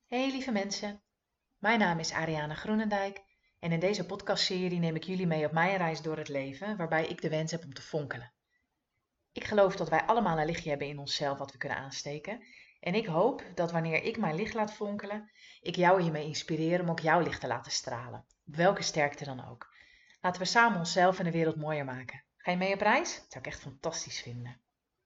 Hey lieve mensen, mijn naam is Ariane Groenendijk en in deze podcastserie neem ik jullie mee op mijn reis door het leven waarbij ik de wens heb om te fonkelen. Ik geloof dat wij allemaal een lichtje hebben in onszelf wat we kunnen aansteken en ik hoop dat wanneer ik mijn licht laat fonkelen, ik jou hiermee inspireer om ook jouw licht te laten stralen, op welke sterkte dan ook. Laten we samen onszelf en de wereld mooier maken. Ga je mee op reis? Dat zou ik echt fantastisch vinden.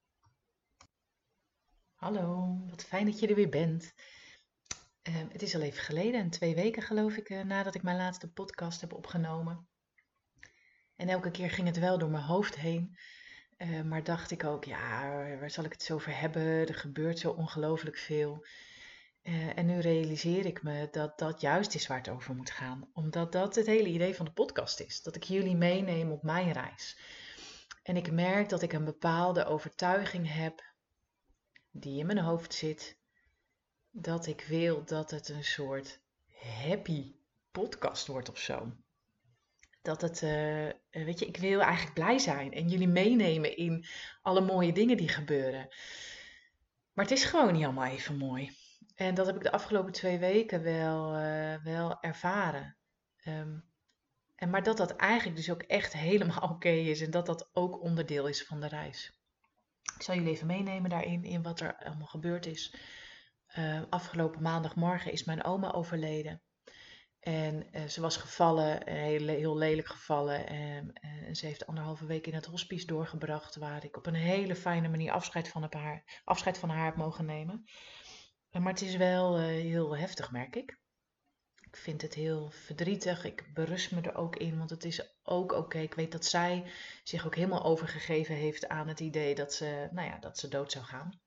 Hallo, wat fijn dat je er weer bent. Het is al even geleden, 2 weken geloof ik, nadat ik mijn laatste podcast heb opgenomen. En elke keer ging het wel door mijn hoofd heen. Maar dacht ik ook, ja, waar zal ik het zo over hebben? Er gebeurt zo ongelooflijk veel. En nu realiseer ik me dat dat juist is waar het over moet gaan. Omdat dat het hele idee van de podcast is. Dat ik jullie meeneem op mijn reis. En ik merk dat ik een bepaalde overtuiging heb die in mijn hoofd zit. Dat ik wil dat het een soort happy podcast wordt of zo. Dat het, weet je, ik wil eigenlijk blij zijn en jullie meenemen in alle mooie dingen die gebeuren. Maar het is gewoon niet allemaal even mooi. En dat heb ik de afgelopen 2 weken wel ervaren. Ehm, maar dat dat eigenlijk dus ook echt helemaal oké is en dat dat ook onderdeel is van de reis. Ik zal jullie even meenemen daarin, in wat er allemaal gebeurd is. Afgelopen maandagmorgen is mijn oma overleden. En ze was gevallen, heel lelijk gevallen. En ze heeft 1,5 week in het hospice doorgebracht, waar ik op een hele fijne manier afscheid van haar heb mogen nemen. Maar het is wel heel heftig, merk ik. Ik vind het heel verdrietig. Ik berust me er ook in, want het is ook oké. Ik weet dat zij zich ook helemaal overgegeven heeft aan het idee dat ze, nou ja, dat ze dood zou gaan.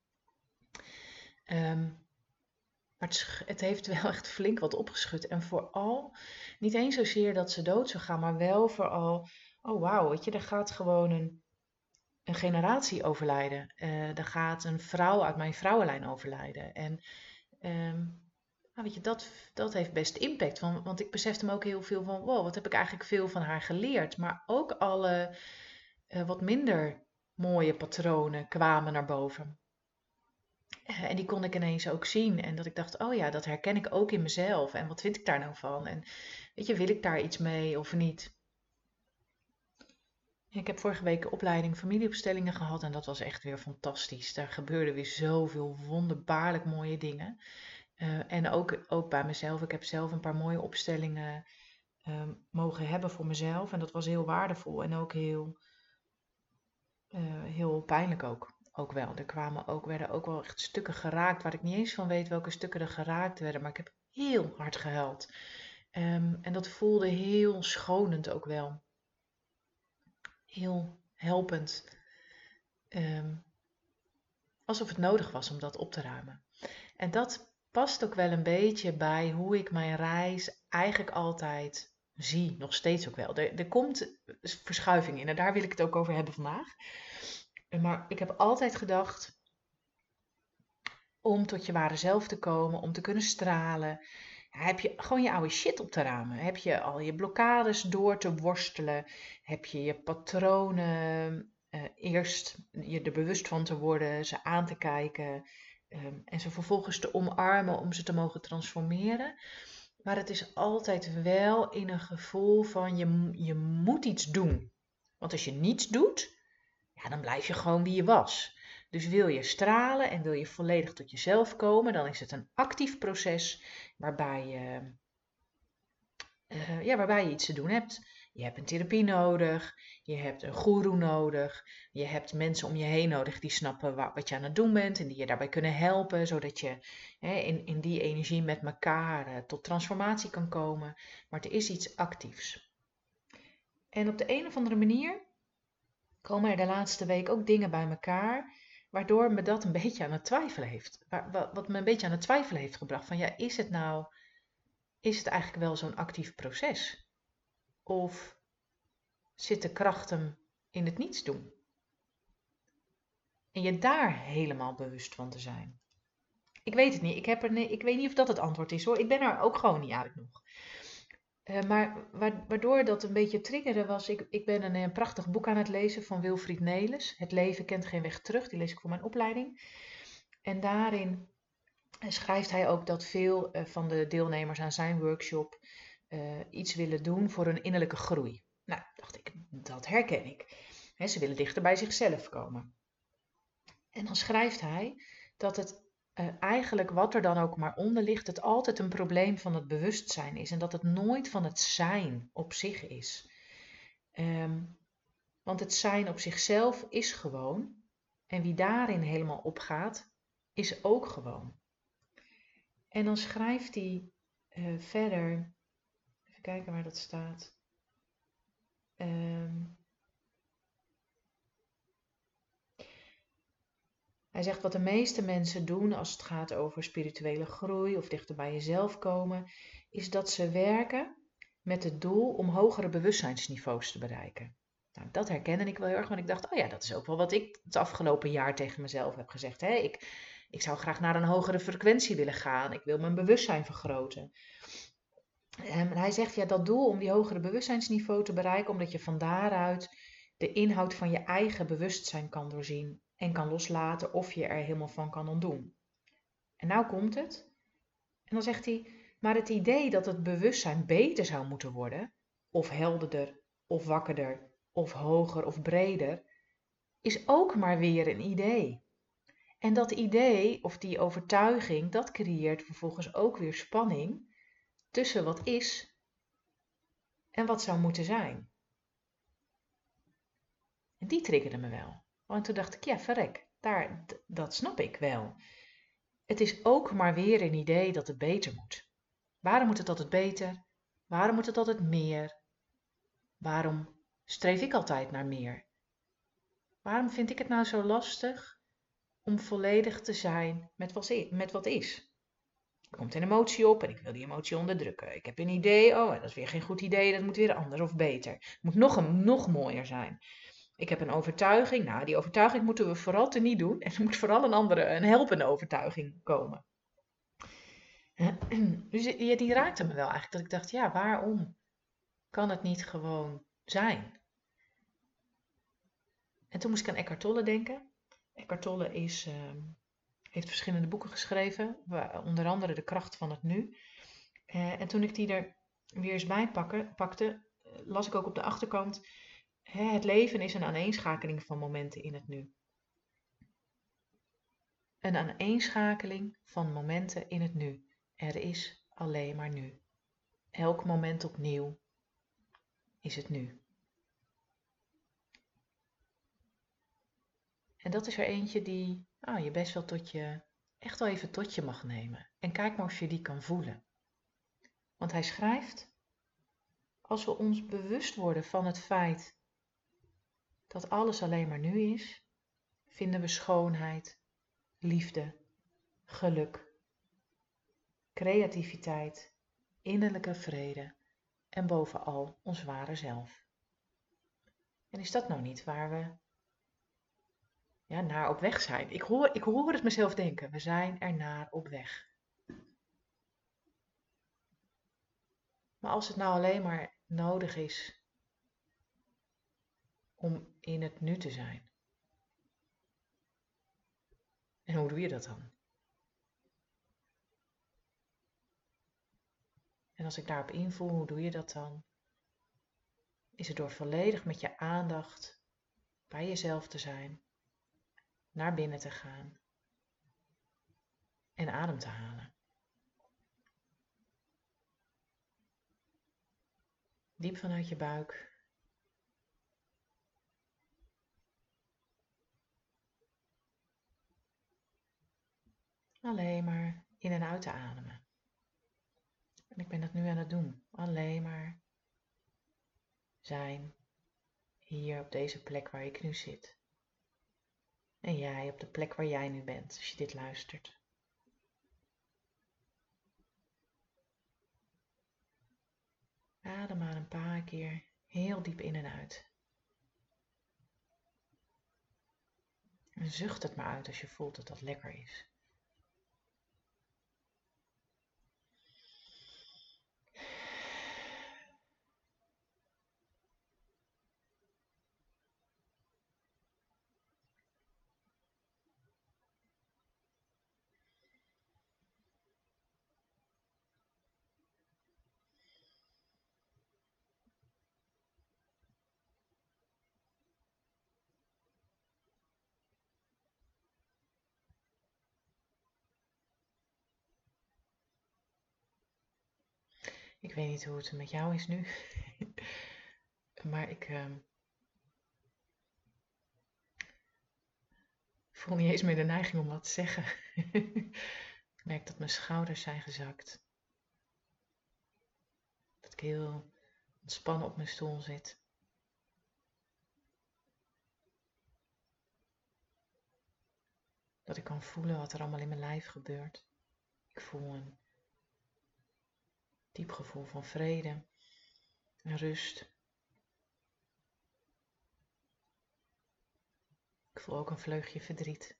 Ehm, Maar het heeft wel echt flink wat opgeschud. En vooral, niet eens zozeer dat ze dood zou gaan, maar wel vooral, oh wauw, weet je, er gaat gewoon een generatie overlijden. Er gaat een vrouw uit mijn vrouwenlijn overlijden. En ehm, nou, weet je, dat heeft best impact. Want ik besefte me ook heel veel van, wow, wat heb ik eigenlijk veel van haar geleerd. Maar ook alle wat minder mooie patronen kwamen naar boven. En die kon ik ineens ook zien. En dat ik dacht, oh ja, dat herken ik ook in mezelf. En wat vind ik daar nou van? En weet je, wil ik daar iets mee of niet? Ik heb vorige week een opleiding familieopstellingen gehad en dat was echt weer fantastisch. Daar gebeurden weer zoveel wonderbaarlijk mooie dingen. En ook bij mezelf. Ik heb zelf een paar mooie opstellingen mogen hebben voor mezelf. En dat was heel waardevol en ook heel pijnlijk ook wel. Werden ook wel echt stukken geraakt waar ik niet eens van weet welke stukken er geraakt werden. Maar ik heb heel hard gehuild. En dat voelde heel schonend ook wel. Heel helpend. Ehm, Alsof het nodig was om dat op te ruimen. En dat past ook wel een beetje bij hoe ik mijn reis eigenlijk altijd zie. Nog steeds ook wel. Er komt verschuiving in en daar wil ik het ook over hebben vandaag. Maar ik heb altijd gedacht, om tot je ware zelf te komen, om te kunnen stralen, ja, heb je gewoon je oude shit op te ruimen. Heb je al je blokkades door te worstelen. Heb je je patronen eerst je er bewust van te worden, ze aan te kijken en ze vervolgens te omarmen om ze te mogen transformeren. Maar het is altijd wel in een gevoel van je moet iets doen. Want als je niets doet, ja, dan blijf je gewoon wie je was. Dus wil je stralen en wil je volledig tot jezelf komen, dan is het een actief proces waarbij waarbij je iets te doen hebt. Je hebt een therapie nodig, je hebt een goeroe nodig, je hebt mensen om je heen nodig die snappen wat je aan het doen bent en die je daarbij kunnen helpen, zodat je in die energie met elkaar tot transformatie kan komen. Maar het is iets actiefs. En op de een of andere manier komen er de laatste week ook dingen bij elkaar, waardoor me dat een beetje aan het twijfelen heeft. Wat me een beetje aan het twijfelen heeft gebracht van ja, is het eigenlijk wel zo'n actief proces? Of zit de kracht hem in het niets doen? En je daar helemaal bewust van te zijn. Ik weet het niet. Ik weet niet of dat het antwoord is hoor. Ik ben er ook gewoon niet uit nog. Maar waardoor dat een beetje triggerde was, ik ben een prachtig boek aan het lezen van Wilfried Nelis. Het leven kent geen weg terug. Die lees ik voor mijn opleiding. En daarin schrijft hij ook dat veel van de deelnemers aan zijn workshop iets willen doen voor hun innerlijke groei. Nou, dacht ik, dat herken ik. Ze willen dichter bij zichzelf komen. En dan schrijft hij dat het eigenlijk, wat er dan ook maar onder ligt, het altijd een probleem van het bewustzijn is. En dat het nooit van het zijn op zich is. Want het zijn op zichzelf is gewoon. En wie daarin helemaal opgaat, is ook gewoon. En dan schrijft hij verder, even kijken waar dat staat. Hij zegt wat de meeste mensen doen als het gaat over spirituele groei of dichter bij jezelf komen, is dat ze werken met het doel om hogere bewustzijnsniveaus te bereiken. Nou, dat herkende ik wel heel erg, want ik dacht, oh ja, dat is ook wel wat ik het afgelopen jaar tegen mezelf heb gezegd. Hè? Ik zou graag naar een hogere frequentie willen gaan. Ik wil mijn bewustzijn vergroten. En hij zegt, ja, dat doel om die hogere bewustzijnsniveau te bereiken, omdat je van daaruit de inhoud van je eigen bewustzijn kan doorzien en kan loslaten of je er helemaal van kan ontdoen. En nou komt het. En dan zegt hij, maar het idee dat het bewustzijn beter zou moeten worden, of helderder, of wakkerder, of hoger of breder, is ook maar weer een idee. En dat idee, of die overtuiging, dat creëert vervolgens ook weer spanning tussen wat is en wat zou moeten zijn. En die triggerde me wel. Want toen dacht ik, ja, verrek, dat snap ik wel. Het is ook maar weer een idee dat het beter moet. Waarom moet het altijd beter? Waarom moet het altijd meer? Waarom streef ik altijd naar meer? Waarom vind ik het nou zo lastig om volledig te zijn met wat is? Er komt een emotie op en ik wil die emotie onderdrukken. Ik heb een idee, oh, dat is weer geen goed idee, dat moet weer anders of beter. Het moet nog mooier zijn. Ik heb een overtuiging, nou die overtuiging moeten we vooral teniet doen en er moet vooral een helpende overtuiging komen. Dus die raakte me wel eigenlijk, dat ik dacht, ja, waarom kan het niet gewoon zijn? En toen moest ik aan Eckhart Tolle denken. Eckhart Tolle heeft verschillende boeken geschreven, onder andere De Kracht van het Nu. En toen ik die er weer eens bij pakte, las ik ook op de achterkant, het leven is een aaneenschakeling van momenten in het nu. Een aaneenschakeling van momenten in het nu. Er is alleen maar nu. Elk moment opnieuw is het nu. En dat is er eentje die je best wel echt wel even tot je mag nemen. En kijk maar of je die kan voelen. Want hij schrijft, als we ons bewust worden van het feit dat alles alleen maar nu is, vinden we schoonheid, liefde, geluk, creativiteit, innerlijke vrede en bovenal ons ware zelf. En is dat nou niet waar we naar op weg zijn? Ik hoor het mezelf denken, we zijn er naar op weg. Maar als het nou alleen maar nodig is om in het nu te zijn. En hoe doe je dat dan? En als ik daarop invoel, hoe doe je dat dan? Is het door volledig met je aandacht bij jezelf te zijn, naar binnen te gaan en adem te halen. Diep vanuit je buik. Alleen maar in en uit te ademen. En ik ben dat nu aan het doen. Alleen maar zijn hier op deze plek waar ik nu zit. En jij op de plek waar jij nu bent als je dit luistert. Adem maar een paar keer heel diep in en uit. En zucht het maar uit als je voelt dat dat lekker is. Ik weet niet hoe het met jou is nu. Maar ik voel niet eens meer de neiging om wat te zeggen. Ik merk dat mijn schouders zijn gezakt. Dat ik heel ontspannen op mijn stoel zit. Dat ik kan voelen wat er allemaal in mijn lijf gebeurt. Ik voel een diep gevoel van vrede en rust. Ik voel ook een vleugje verdriet.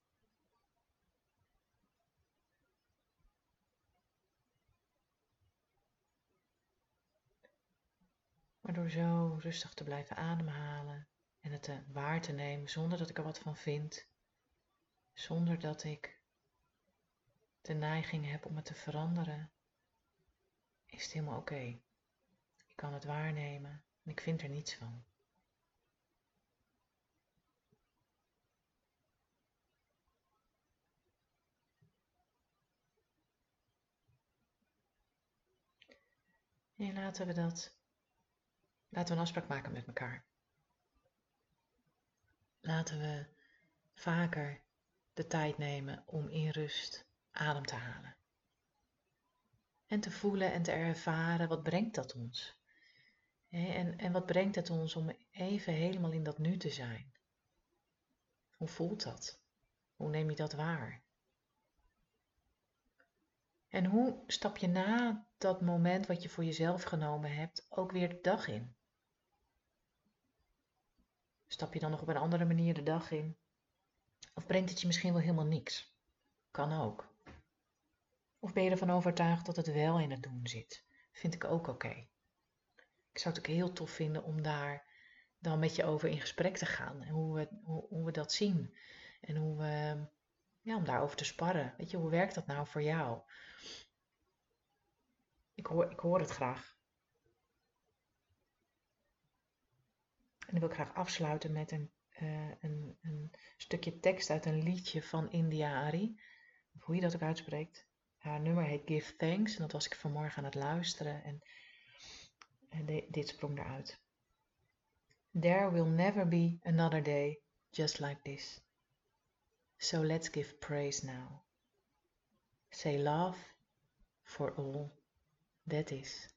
Maar door zo rustig te blijven ademhalen en het waar te nemen zonder dat ik er wat van vind, zonder dat ik de neiging heb om het te veranderen, is het helemaal oké. Ik kan het waarnemen en ik vind er niets van. En laten we een afspraak maken met elkaar. Laten we vaker de tijd nemen om in rust adem te halen. En te voelen en te ervaren, wat brengt dat ons? En wat brengt het ons om even helemaal in dat nu te zijn? Hoe voelt dat? Hoe neem je dat waar? En hoe stap je na dat moment wat je voor jezelf genomen hebt ook weer de dag in? Stap je dan nog op een andere manier de dag in? Of brengt het je misschien wel helemaal niks? Kan ook. Of ben je ervan overtuigd dat het wel in het doen zit? Vind ik ook oké. Ik zou het ook heel tof vinden om daar dan met je over in gesprek te gaan. En hoe we dat zien. En om daarover te sparren. Weet je, hoe werkt dat nou voor jou? Ik hoor het graag. En dan wil ik graag afsluiten met een stukje tekst uit een liedje van India Arie. Of hoe je dat ook uitspreekt. Haar nummer heet Give Thanks. En dat was ik vanmorgen aan het luisteren. En dit sprong eruit. There will never be another day just like this. So let's give praise now. Say love for all that is.